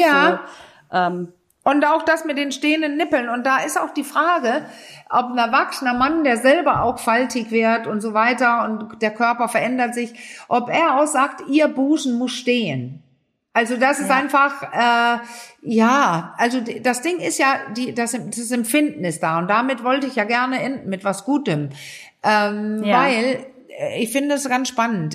Und auch das mit den stehenden Nippeln. Und da ist auch die Frage, ob ein erwachsener Mann, der selber auch faltig wird und so weiter und der Körper verändert sich, ob er auch sagt, ihr Busen muss stehen. Also das ist einfach, also das Ding ist ja, das Empfinden ist da und damit wollte ich ja gerne enden mit was Gutem, weil ich finde es ganz spannend.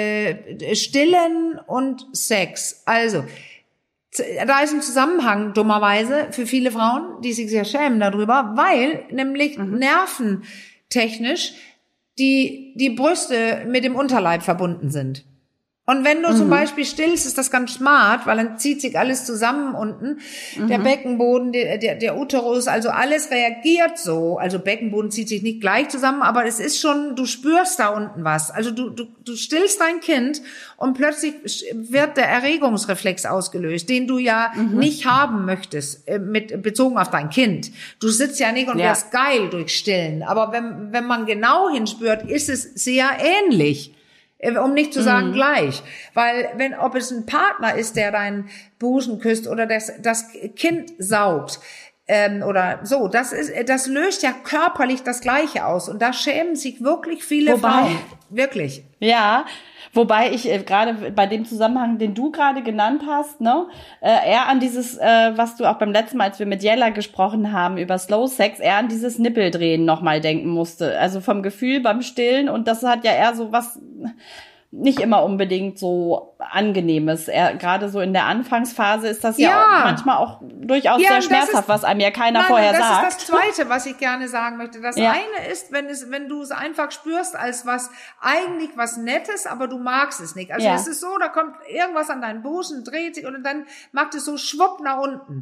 Stillen und Sex, also da ist ein Zusammenhang dummerweise für viele Frauen, die sich sehr schämen darüber, weil nämlich nerventechnisch die Brüste mit dem Unterleib verbunden sind. Und wenn du zum Beispiel stillst, ist das ganz smart, weil dann zieht sich alles zusammen unten. Der Beckenboden, der Uterus, also alles reagiert so. Also Beckenboden zieht sich nicht gleich zusammen, aber es ist schon, du spürst da unten was. Also du stillst dein Kind und plötzlich wird der Erregungsreflex ausgelöst, den du ja nicht haben möchtest, bezogen auf dein Kind. Du sitzt ja nicht und wirst geil durch Stillen. Aber wenn man genau hinspürt, ist es sehr ähnlich. Um nicht zu sagen gleich. Weil ob es ein Partner ist, der deinen Busen küsst oder das Kind saugt, oder so, das löst ja körperlich das Gleiche aus. Und da schämen sich wirklich viele Frauen. Wirklich. Ja. Wobei ich gerade bei dem Zusammenhang, den du gerade genannt hast, eher an dieses, was du auch beim letzten Mal, als wir mit Jella gesprochen haben über Slow Sex, eher an dieses Nippeldrehen nochmal denken musste. Also vom Gefühl beim Stillen, und das hat ja eher so was nicht immer unbedingt so Angenehmes. Gerade so in der Anfangsphase ist das ja auch manchmal auch durchaus sehr schmerzhaft, was einem ja keiner vorher sagt. Das ist das Zweite, was ich gerne sagen möchte. Das eine ist, wenn du es einfach spürst als eigentlich was Nettes, aber du magst es nicht. Also es ist so, da kommt irgendwas an deinen Busen, dreht sich und dann macht es so schwupp nach unten.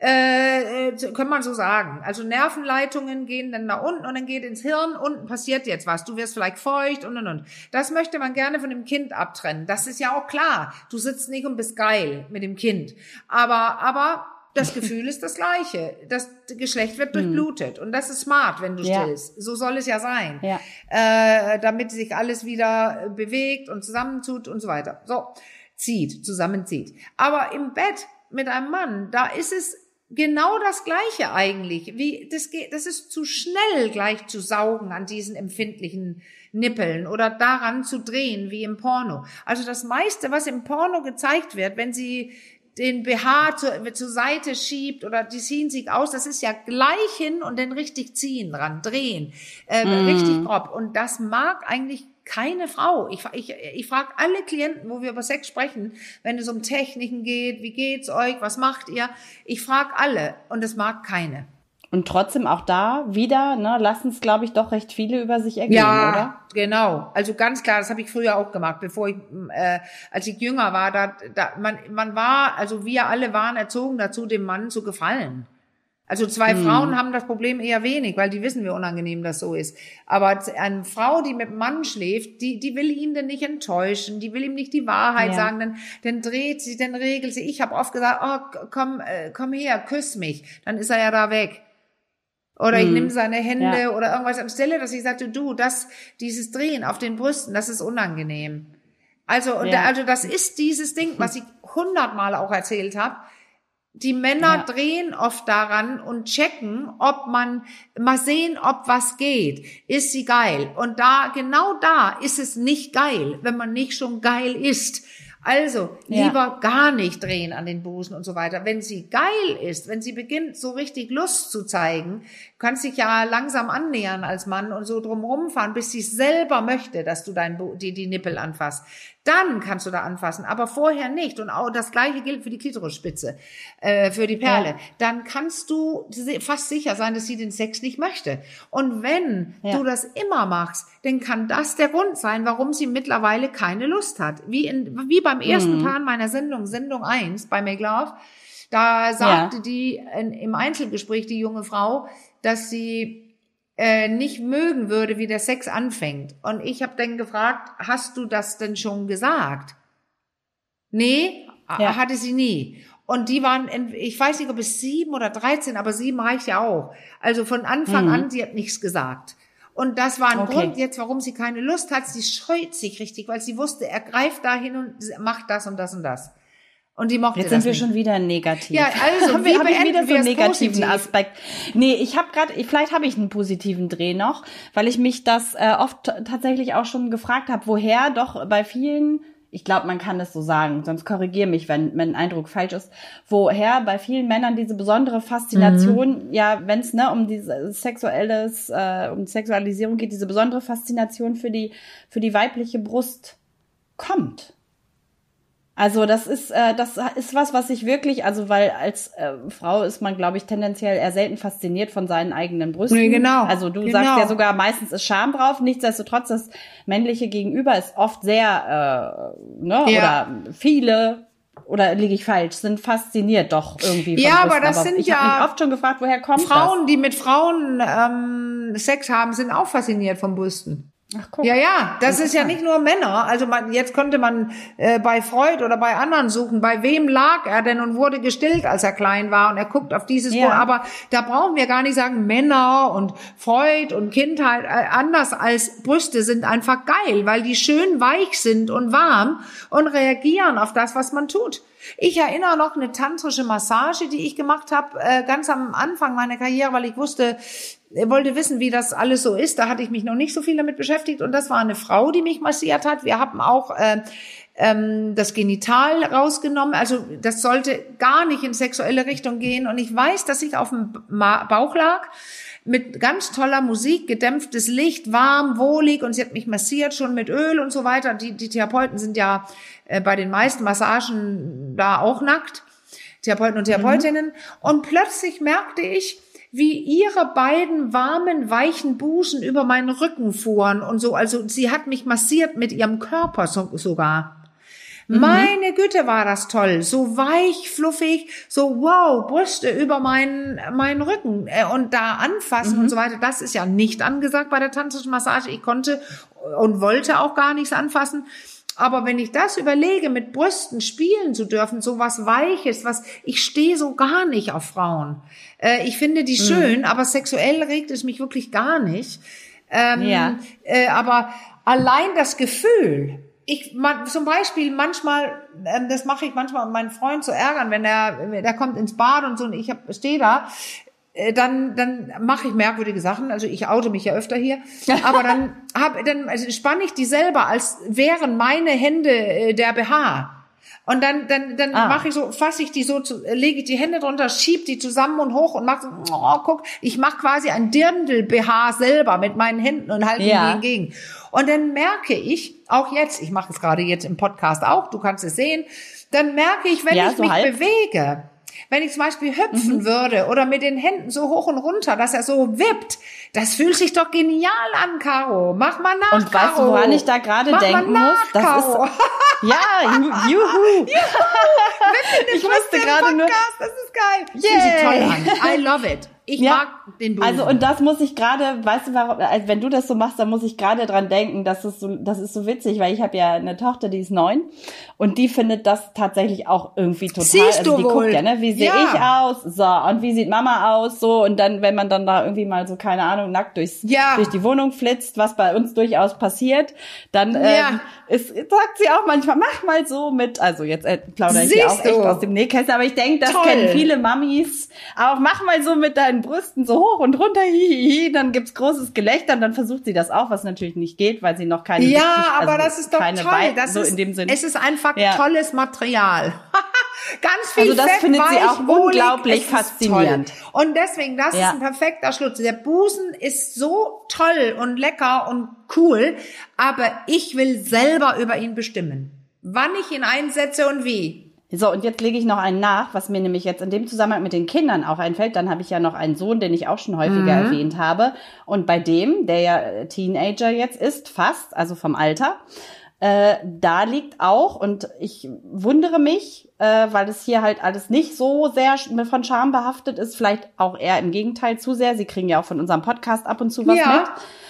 Kann man so sagen. Also Nervenleitungen gehen dann nach unten und dann geht ins Hirn, unten passiert jetzt was. Du wirst vielleicht feucht und. Das möchte man gerne von dem Kind abtrennen. Das ist ja auch klar. Du sitzt nicht und bist geil mit dem Kind. Aber das Gefühl ist das Gleiche. Das Geschlecht wird durchblutet. Und das ist smart, wenn du stillst. So soll es ja sein. Ja. Damit sich alles wieder bewegt und zusammentut und so weiter. So, zusammenzieht. Aber im Bett mit einem Mann, da ist es genau das Gleiche eigentlich. Das ist zu schnell gleich zu saugen an diesen empfindlichen Nippeln oder daran zu drehen wie im Porno. Also das meiste, was im Porno gezeigt wird, wenn sie den BH zur Seite schiebt oder die ziehen sich aus, das ist ja gleich hin und dann richtig ziehen dran, drehen, richtig grob. Und das mag eigentlich keine Frau. Ich frage alle Klienten, wo wir über Sex sprechen, wenn es um Techniken geht, wie geht's euch, was macht ihr? Ich frage alle und es mag keine. Und trotzdem auch da wieder, lassen es, glaube ich, doch recht viele über sich ergehen, oder? Ja, genau. Also ganz klar, das habe ich früher auch gemacht, bevor ich, als ich jünger war, man war, also wir alle waren erzogen dazu, dem Mann zu gefallen. Also zwei Frauen haben das Problem eher wenig, weil die wissen, wie unangenehm das so ist. Aber eine Frau, die mit einem Mann schläft, die will ihn denn nicht enttäuschen, die will ihm nicht die Wahrheit sagen, dann dreht sie, dann regelt sie. Ich habe oft gesagt, oh, komm her, küss mich. Dann ist er ja da weg. Oder ich nehme seine Hände oder irgendwas anstelle, dass ich sagte, dieses Drehen auf den Brüsten, das ist unangenehm. Also das ist dieses Ding, was ich 100-mal auch erzählt habe. Die Männer drehen oft daran und checken, mal sehen, ob was geht. Ist sie geil? Und genau da ist es nicht geil, wenn man nicht schon geil ist. Also, lieber gar nicht drehen an den Busen und so weiter. Wenn sie geil ist, wenn sie beginnt, so richtig Lust zu zeigen, kannst dich ja langsam annähern als Mann und so drumherum fahren, bis sie selber möchte, dass du die Nippel anfasst. Dann kannst du da anfassen, aber vorher nicht. Und auch das Gleiche gilt für die Klitorisspitze, für die Perle. Ja. Dann kannst du fast sicher sein, dass sie den Sex nicht möchte. Und wenn du das immer machst, dann kann das der Grund sein, warum sie mittlerweile keine Lust hat. Wie beim ersten Plan meiner Sendung 1 bei Make Love, da sagte die im Einzelgespräch, die junge Frau, dass sie nicht mögen würde, wie der Sex anfängt. Und ich habe dann gefragt, hast du das denn schon gesagt? Nee, hatte sie nie. Und die waren, ich weiß nicht, ob es 7 oder 13, aber 7 reicht ja auch. Also von Anfang an, sie hat nichts gesagt. Und das war ein Grund jetzt, warum sie keine Lust hat. Sie scheut sich richtig, weil sie wusste, er greift dahin und macht das und das und das. Und die mochte jetzt das sind wir nicht. schon wieder negativ. Ja, also hab ich wieder so einen negativen positiv? Aspekt. Nee, vielleicht habe ich einen positiven Dreh noch, weil ich mich das oft tatsächlich auch schon gefragt habe, woher doch bei vielen ich glaube, man kann das so sagen, sonst korrigiere mich, wenn ein Eindruck falsch ist, woher bei vielen Männern diese besondere Faszination, ja, wenn es um diese um Sexualisierung geht, diese besondere Faszination für die weibliche Brust kommt. Also das ist was ich wirklich, also weil als Frau ist man, glaube ich, tendenziell eher selten fasziniert von seinen eigenen Brüsten. Nee, genau. Also du sagst ja sogar, meistens ist Scham drauf. Nichtsdestotrotz, das männliche Gegenüber ist oft sehr, oder viele, oder liege ich falsch, sind fasziniert doch irgendwie von Ja, Brüsten. aber das sind ich habe mich oft schon gefragt, woher kommt Frauen, das? die mit Frauen Sex haben, sind auch fasziniert von Brüsten. Ach, guck. Ja, das ist ja nicht nur Männer. Also jetzt könnte man bei Freud oder bei anderen suchen, bei wem lag er denn und wurde gestillt, als er klein war, und er guckt auf dieses Buch. Aber da brauchen wir gar nicht sagen, Männer und Freud und Kindheit anders als Brüste sind einfach geil, weil die schön weich sind und warm und reagieren auf das, was man tut. Ich erinnere noch eine tantrische Massage, die ich gemacht habe, ganz am Anfang meiner Karriere, weil ich wollte wissen, wie das alles so ist. Da hatte ich mich noch nicht so viel damit beschäftigt. Und das war eine Frau, die mich massiert hat. Wir haben auch das Genital rausgenommen. Also das sollte gar nicht in sexuelle Richtung gehen. Und ich weiß, dass ich auf dem Bauch lag mit ganz toller Musik, gedämpftes Licht, warm, wohlig. Und sie hat mich massiert, schon mit Öl und so weiter. Die Therapeuten sind ja bei den meisten Massagen da auch nackt. Therapeuten und Therapeutinnen. Und plötzlich merkte ich, wie ihre beiden warmen, weichen Busen über meinen Rücken fuhren und so. Also sie hat mich massiert mit ihrem Körper sogar. Meine Güte, war das toll. So weich, fluffig, so wow, Brüste über meinen Rücken und da anfassen und so weiter. Das ist ja nicht angesagt bei der tantrischen Massage. Ich konnte und wollte auch gar nichts anfassen. Aber wenn ich das überlege, mit Brüsten spielen zu dürfen, so was Weiches, ich stehe so gar nicht auf Frauen. Ich finde die schön, aber sexuell regt es mich wirklich gar nicht. Aber allein das Gefühl, zum Beispiel manchmal, das mache ich manchmal, um meinen Freund zu ärgern, wenn der kommt ins Bad und so und ich stehe da, dann mache ich merkwürdige Sachen, also ich oute mich ja öfter hier, aber dann spanne ich die selber, als wären meine Hände der BH. Und dann mache ich so, fasse ich die so, lege ich die Hände drunter, schieb die zusammen und hoch und mache so, guck, ich mache quasi ein Dirndl-BH selber mit meinen Händen und halte die entgegen. Und dann merke ich, auch jetzt, ich mache es gerade jetzt im Podcast auch, du kannst es sehen, dann merke ich, wenn ich mich bewege, wenn ich zum Beispiel hüpfen würde oder mit den Händen so hoch und runter, dass er so wippt, das fühlt sich doch genial an, Caro. Mach mal nach, und Caro. Und weißt du, woran ich da gerade denken muss? Das Caro. Ist, juhu. Ich wusste gerade nur, das ist geil. Das fühlt sich toll an. I love it. Ich mag den Busen. Also, und das muss ich gerade, weißt du, warum, also wenn du das so machst, dann muss ich gerade dran denken, das ist so witzig, weil ich habe ja eine Tochter, die ist 9 und die findet das tatsächlich auch irgendwie total, Siehst also die du wohl. guckt ja, ne, wie sehe ich aus, so, und wie sieht Mama aus, so, und dann, wenn man dann da irgendwie mal so, keine Ahnung, nackt durch die Wohnung flitzt, was bei uns durchaus passiert, dann, sagt sie auch manchmal, mach mal so mit, also jetzt plaudere ich hier auch echt aus dem Nähkästchen, aber ich denke, das kennen viele Mamis auch, mach mal so mit deinen Brüsten so hoch und runter, hihihi, dann gibt's großes Gelächter und dann versucht sie das auch, was natürlich nicht geht, weil sie noch keine aber das ist doch toll. In dem Sinn. Es ist einfach tolles Material. Ganz viel also das Fett, findet sie weich, auch unglaublich faszinierend. Toll. Und deswegen, das ist ein perfekter Schluss. Der Busen ist so toll und lecker und cool, aber ich will selber über ihn bestimmen. Wann ich ihn einsetze und wie. So, und jetzt lege ich noch einen nach, was mir nämlich jetzt in dem Zusammenhang mit den Kindern auch einfällt. Dann habe ich ja noch einen Sohn, den ich auch schon häufiger erwähnt habe. Und bei dem, der ja Teenager jetzt ist, fast, also vom Alter, da liegt auch, und ich wundere mich, weil es hier halt alles nicht so sehr von Scham behaftet ist, vielleicht auch eher im Gegenteil zu sehr. Sie kriegen ja auch von unserem Podcast ab und zu was mit.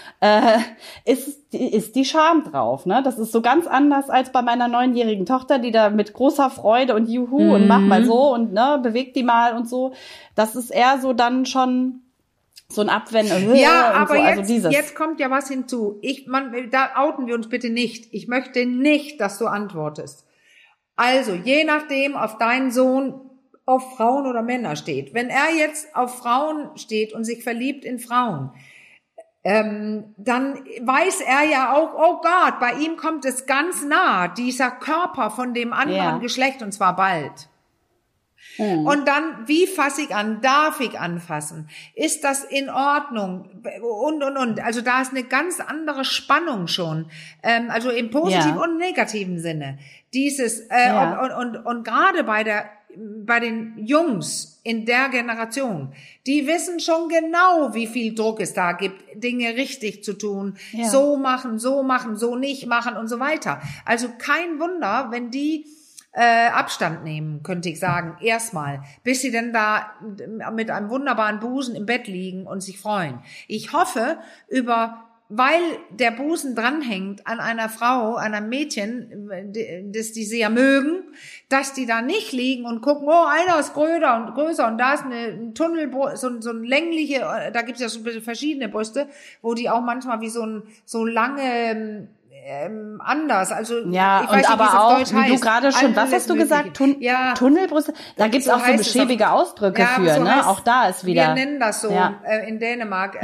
Ist die Scham drauf, ne? Das ist so ganz anders als bei meiner 9-jährigen Tochter, die da mit großer Freude und juhu und mach mal so und ne, bewegt die mal und so. Das ist eher so dann schon so ein Abwenden. Ja, aber so. jetzt kommt ja was hinzu. Da outen wir uns bitte nicht. Ich möchte nicht, dass du antwortest. Also, je nachdem, auf deinen Sohn auf Frauen oder Männer steht. Wenn er jetzt auf Frauen steht und sich verliebt in Frauen, dann weiß er ja auch, oh Gott, bei ihm kommt es ganz nah, dieser Körper von dem anderen Geschlecht, und zwar bald. Und dann, wie fasse ich an? Darf ich anfassen? Ist das in Ordnung? Und. Also da ist eine ganz andere Spannung schon. Also im positiven und negativen Sinne. Dieses, und gerade bei den Jungs in der Generation, die wissen schon genau, wie viel Druck es da gibt, Dinge richtig zu tun, so machen, so nicht machen und so weiter. Also kein Wunder, wenn die Abstand nehmen, könnte ich sagen, erstmal, bis sie denn da mit einem wunderbaren Busen im Bett liegen und sich freuen. Ich hoffe, weil der Busen dranhängt an einer Frau, an einem Mädchen, das die sehr mögen, dass die da nicht liegen und gucken, oh, einer ist größer und da ist ein Tunnelbrust, so ein längliche, da gibt es ja so verschiedene Brüste, wo die auch manchmal wie so lange anders, also ja, ich weiß nicht, aber auch, wie du gerade schon, was hast du gesagt? Tunnelbrüste? Da gibt's so auch so beschäbige Ausdrücke für, so ne? Auch da ist wieder. Wir nennen das so in Dänemark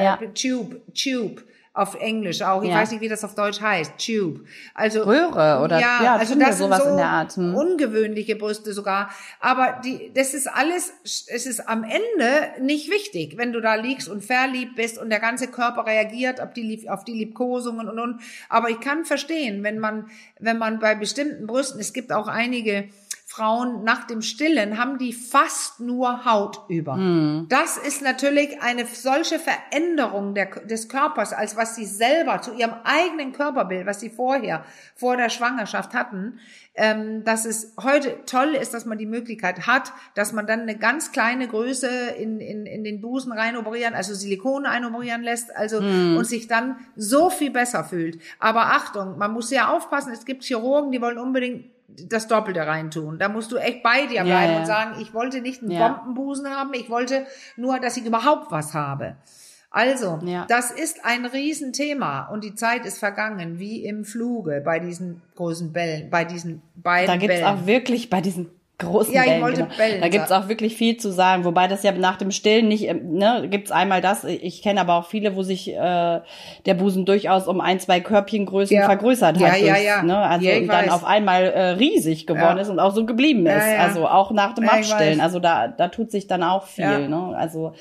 Tube. Auf Englisch auch. Ich weiß nicht, wie das auf Deutsch heißt. Tube. Also Röhre oder also das sind sowas so in der Art. Ungewöhnliche Brüste sogar. Aber das ist alles, es ist am Ende nicht wichtig, wenn du da liegst und verliebt bist und der ganze Körper reagiert auf die Liebkosungen und. Aber ich kann verstehen, wenn man bei bestimmten Brüsten, es gibt auch einige Frauen nach dem Stillen haben die fast nur Haut über. Das ist natürlich eine solche Veränderung des Körpers, als was sie selber zu ihrem eigenen Körperbild, was sie vor der Schwangerschaft hatten, dass es heute toll ist, dass man die Möglichkeit hat, dass man dann eine ganz kleine Größe in den Busen reinoperieren, also Silikone einoperieren lässt, also und sich dann so viel besser fühlt. Aber Achtung, man muss sehr aufpassen, es gibt Chirurgen, die wollen unbedingt das Doppelte reintun. Da musst du echt bei dir bleiben und sagen, ich wollte nicht einen Bombenbusen haben, ich wollte nur, dass ich überhaupt was habe. Also, das ist ein Riesenthema und die Zeit ist vergangen, wie im Fluge bei diesen großen Bällen, bei diesen beiden Bällen. Da gibt's auch wirklich bei diesen großen Bällen. Ich wollte Bällen. Da gibt's auch wirklich viel zu sagen, wobei das ja nach dem Stillen nicht, ne, gibt's einmal das, ich kenne aber auch viele, wo sich der Busen durchaus um 1-2 Körbchengrößen vergrößert hat. Ne? Also und dann auf einmal riesig geworden ist und auch so geblieben ist. Also auch nach dem Abstillen. Also da tut sich dann auch viel. Ne? Also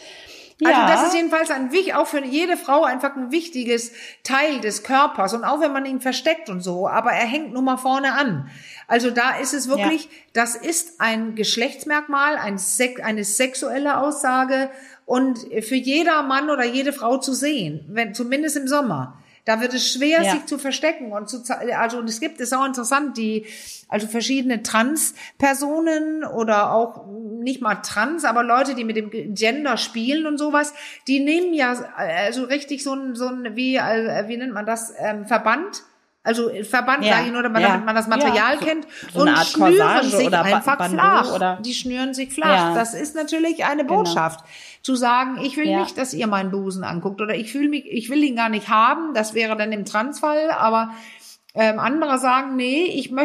das ist jedenfalls auch für jede Frau einfach ein wichtiges Teil des Körpers und auch wenn man ihn versteckt und so, aber er hängt nun mal vorne an. Also da ist es wirklich, das ist ein Geschlechtsmerkmal, eine sexuelle Aussage und für jeder Mann oder jede Frau zu sehen, zumindest im Sommer. Da wird es schwer, sich zu verstecken und und es gibt, ist auch interessant, also verschiedene Trans-Personen oder auch nicht mal trans, aber Leute, die mit dem Gender spielen und sowas, die nehmen ja also richtig so ein wie nennt man das, Verband. Also Verband, sage ich nur, damit man das Material kennt so und eine Art schnüren Corsage sich oder einfach Bandeau flach. Oder? Die schnüren sich flach. Das ist natürlich eine Botschaft, zu sagen, ich will nicht, dass ihr meinen Busen anguckt oder ich will ihn gar nicht haben. Das wäre dann im Transfall, aber andere sagen, nee,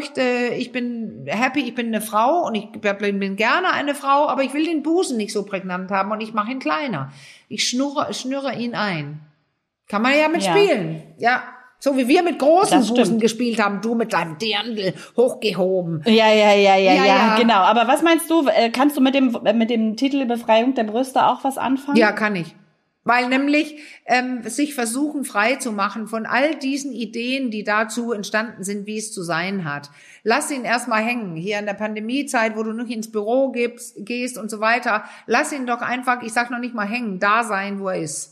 ich bin happy, ich bin eine Frau und ich bin gerne eine Frau, aber ich will den Busen nicht so prägnant haben und ich mache ihn kleiner. Ich schnüre ihn ein. Kann man ja mitspielen. Ja. So wie wir mit großen Busen gespielt haben, du mit deinem Dirndl hochgehoben. Ja, genau. Aber was meinst du, kannst du mit dem Titel Befreiung der Brüste auch was anfangen? Ja, kann ich. Weil nämlich sich versuchen frei zu machen von all diesen Ideen, die dazu entstanden sind, wie es zu sein hat. Lass ihn erstmal hängen. Hier in der Pandemiezeit, wo du nicht ins Büro gehst und so weiter. Lass ihn doch einfach, ich sag noch nicht mal hängen, da sein, wo er ist.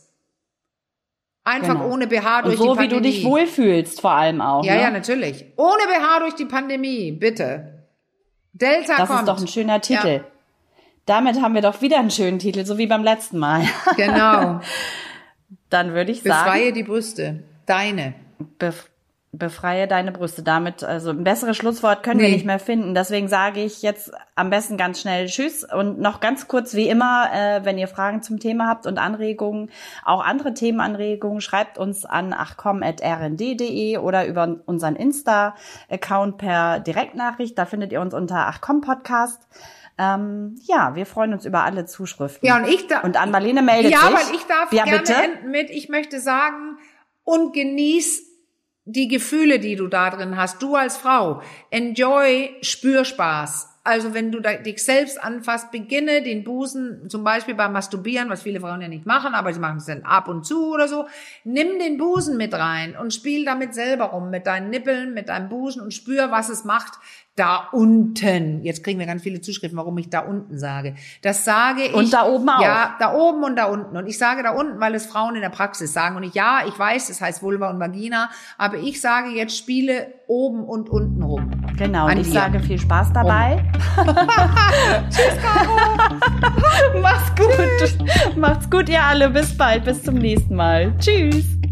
Einfach ohne BH durch die Pandemie. So wie du dich wohlfühlst vor allem auch. Ja, natürlich. Ohne BH durch die Pandemie, bitte. Delta kommt. Das ist doch ein schöner Titel. Ja. Damit haben wir doch wieder einen schönen Titel, so wie beim letzten Mal. Genau. Dann würde ich sagen. Befreie die Brüste. Deine. Befreie deine Brüste. Damit, also ein besseres Schlusswort können wir nicht mehr finden. Deswegen sage ich jetzt am besten ganz schnell Tschüss und noch ganz kurz wie immer, wenn ihr Fragen zum Thema habt und Anregungen, auch andere Themenanregungen, schreibt uns an achcom@rnd.de oder über unseren Insta-Account per Direktnachricht. Da findet ihr uns unter achcom-Podcast. Wir freuen uns über alle Zuschriften. Ja, und und Ann-Marlene meldet sich. Ja, weil ich darf gerne bitte? enden mit, ich möchte sagen, und genieß die Gefühle, die du da drin hast. Du als Frau, enjoy Spürspaß. Also wenn du dich selbst anfasst, beginne den Busen, zum Beispiel beim Masturbieren, was viele Frauen ja nicht machen, aber sie machen es dann ab und zu oder so. Nimm den Busen mit rein und spiel damit selber rum, mit deinen Nippeln, mit deinem Busen und spür, was es macht. Da unten. Jetzt kriegen wir ganz viele Zuschriften, warum ich da unten sage. Das sage ich. Und da oben auch. Ja, da oben und da unten. Und ich sage da unten, weil es Frauen in der Praxis sagen. Und ich weiß, das heißt Vulva und Vagina. Aber ich sage jetzt, spiele oben und unten rum. Genau. Und ich sage viel Spaß dabei. Tschüss, Caro. Mach's gut. Macht's gut, ihr alle. Bis bald. Bis zum nächsten Mal. Tschüss.